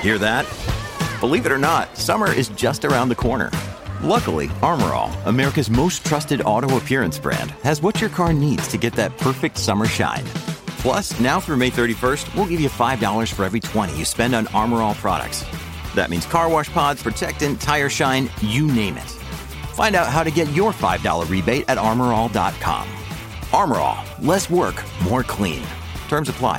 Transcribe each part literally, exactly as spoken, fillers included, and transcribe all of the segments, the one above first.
Hear that? Believe it or not, summer is just around the corner. Luckily, Armor All, America's most trusted auto appearance brand, has what your car needs to get that perfect summer shine. Plus, now through May thirty-first, we'll give you five dollars for every twenty you spend on Armor All products. That means car wash pods, protectant, tire shine, you name it. Find out how to get your five dollars rebate at armor all dot com. Armor All, less work, more clean. Terms apply.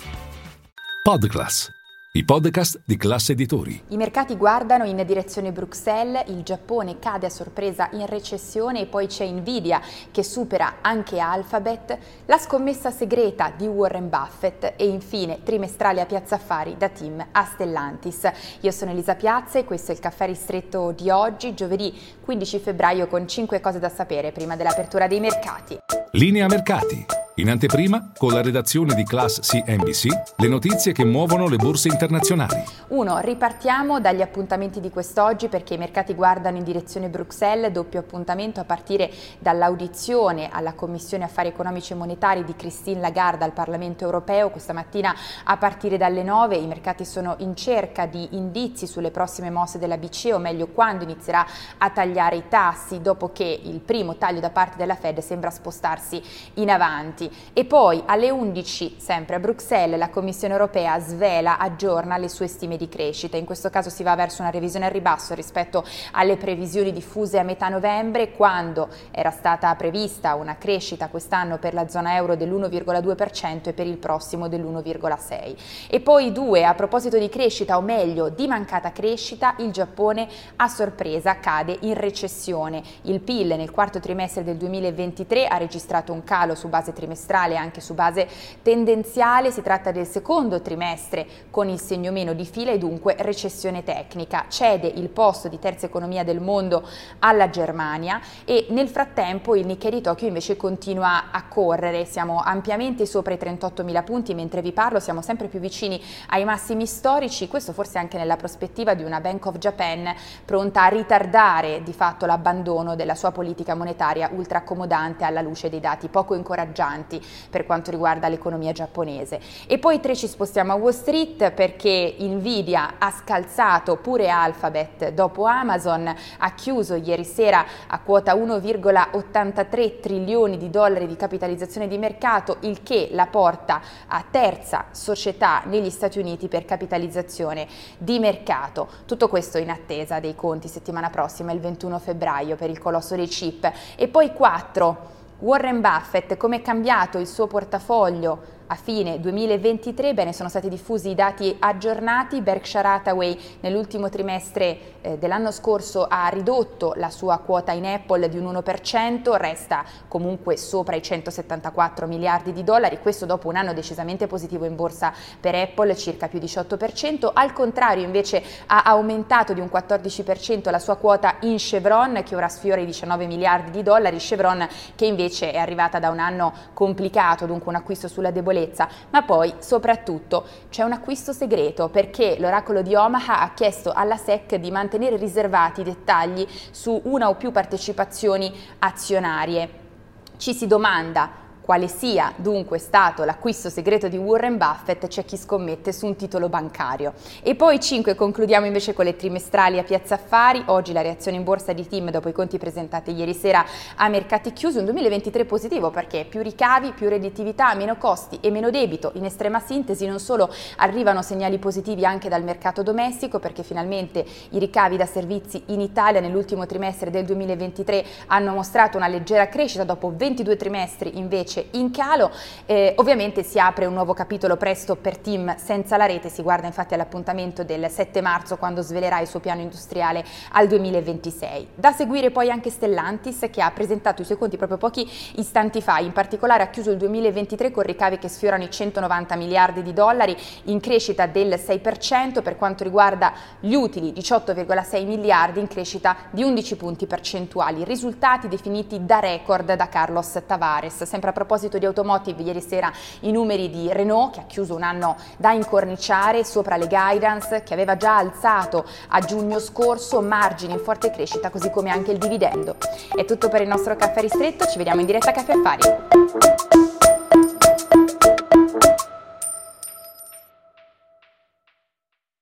Podclass, i podcast di Class Editori. I mercati guardano in direzione Bruxelles, il Giappone cade a sorpresa in recessione e poi c'è Nvidia che supera anche Alphabet, la scommessa segreta di Warren Buffett e infine trimestrale a Piazza Affari da team a Stellantis. Io sono Elisa Piazza e questo è il caffè ristretto di oggi, giovedì quindici febbraio, con cinque cose da sapere prima dell'apertura dei mercati. Linea mercati. In anteprima, con la redazione di Class C N B C, le notizie che muovono le borse internazionali. uno. Ripartiamo dagli appuntamenti di quest'oggi perché i mercati guardano in direzione Bruxelles, doppio appuntamento a partire dall'audizione alla Commissione Affari Economici e Monetari di Christine Lagarde al Parlamento Europeo. Questa mattina a partire dalle nove i mercati sono in cerca di indizi sulle prossime mosse della B C E, o meglio quando inizierà a tagliare i tassi dopo che il primo taglio da parte della Fed sembra spostarsi in avanti. E poi alle undici, sempre a Bruxelles, la Commissione Europea svela, aggiorna le sue stime di crescita. In questo caso si va verso una revisione al ribasso rispetto alle previsioni diffuse a metà novembre, quando era stata prevista una crescita quest'anno per la zona euro dell'uno virgola due per cento e per il prossimo dell'uno virgola sei per cento. E poi due, a proposito di crescita, o meglio di mancata crescita, il Giappone a sorpresa cade in recessione. Il P I L nel quarto trimestre del duemilaventitré ha registrato un calo su base trimestrale anche su base tendenziale. Si tratta del secondo trimestre con il segno meno di fila e dunque recessione tecnica. Cede il posto di terza economia del mondo alla Germania e nel frattempo il Nikkei di Tokyo invece continua a correre. Siamo ampiamente sopra i trentottomila punti, mentre vi parlo siamo sempre più vicini ai massimi storici, questo forse anche nella prospettiva di una Bank of Japan pronta a ritardare di fatto l'abbandono della sua politica monetaria ultra accomodante alla luce dei dati poco incoraggianti per quanto riguarda l'economia giapponese. E poi tre, ci spostiamo a Wall Street perché Nvidia ha scalzato pure Alphabet dopo Amazon, ha chiuso ieri sera a quota uno virgola ottantatré trilioni di dollari di capitalizzazione di mercato, il che la porta a terza società negli Stati Uniti per capitalizzazione di mercato. Tutto questo in attesa dei conti settimana prossima, il ventuno febbraio, per il colosso dei chip. E poi quattro, Warren Buffett, come è cambiato il suo portafoglio a fine duemilaventitré? Bene, sono stati diffusi i dati aggiornati. Berkshire Hathaway nell'ultimo trimestre eh, dell'anno scorso ha ridotto la sua quota in Apple di un uno per cento, resta comunque sopra i centosettantaquattro miliardi di dollari, questo dopo un anno decisamente positivo in borsa per Apple, circa più diciotto per cento. Al contrario invece ha aumentato di un quattordici per cento la sua quota in Chevron, che ora sfiora i diciannove miliardi di dollari, Chevron che invece è arrivata da un anno complicato, dunque un acquisto sulla debolezza. Ma poi soprattutto c'è un acquisto segreto perché l'oracolo di Omaha ha chiesto alla S E C di mantenere riservati i dettagli su una o più partecipazioni azionarie. Ci si domanda quale sia dunque stato l'acquisto segreto di Warren Buffett. C'è chi scommette su un titolo bancario. E poi cinque, concludiamo invece con le trimestrali a Piazza Affari. Oggi la reazione in borsa di T I M dopo i conti presentati ieri sera a mercati chiusi, un duemilaventitré positivo perché più ricavi, più redditività, meno costi e meno debito. In estrema sintesi non solo arrivano segnali positivi anche dal mercato domestico, perché finalmente i ricavi da servizi in Italia nell'ultimo trimestre del duemilaventitré hanno mostrato una leggera crescita dopo ventidue trimestri invece in calo. Eh, ovviamente si apre un nuovo capitolo presto per T I M senza la rete, si guarda infatti all'appuntamento del sette marzo quando svelerà il suo piano industriale al duemilaventisei. Da seguire poi anche Stellantis, che ha presentato i suoi conti proprio pochi istanti fa, in particolare ha chiuso il duemilaventitré con ricavi che sfiorano i centonovanta miliardi di dollari, in crescita del sei per cento, per quanto riguarda gli utili diciotto virgola sei miliardi, in crescita di undici punti percentuali, risultati definiti da record da Carlos Tavares. Sempre a A proposito di automotive, ieri sera i numeri di Renault, che ha chiuso un anno da incorniciare, sopra le guidance che aveva già alzato a giugno scorso, margini in forte crescita, così come anche il dividendo. È tutto per il nostro caffè ristretto, ci vediamo in diretta a Caffè Affari.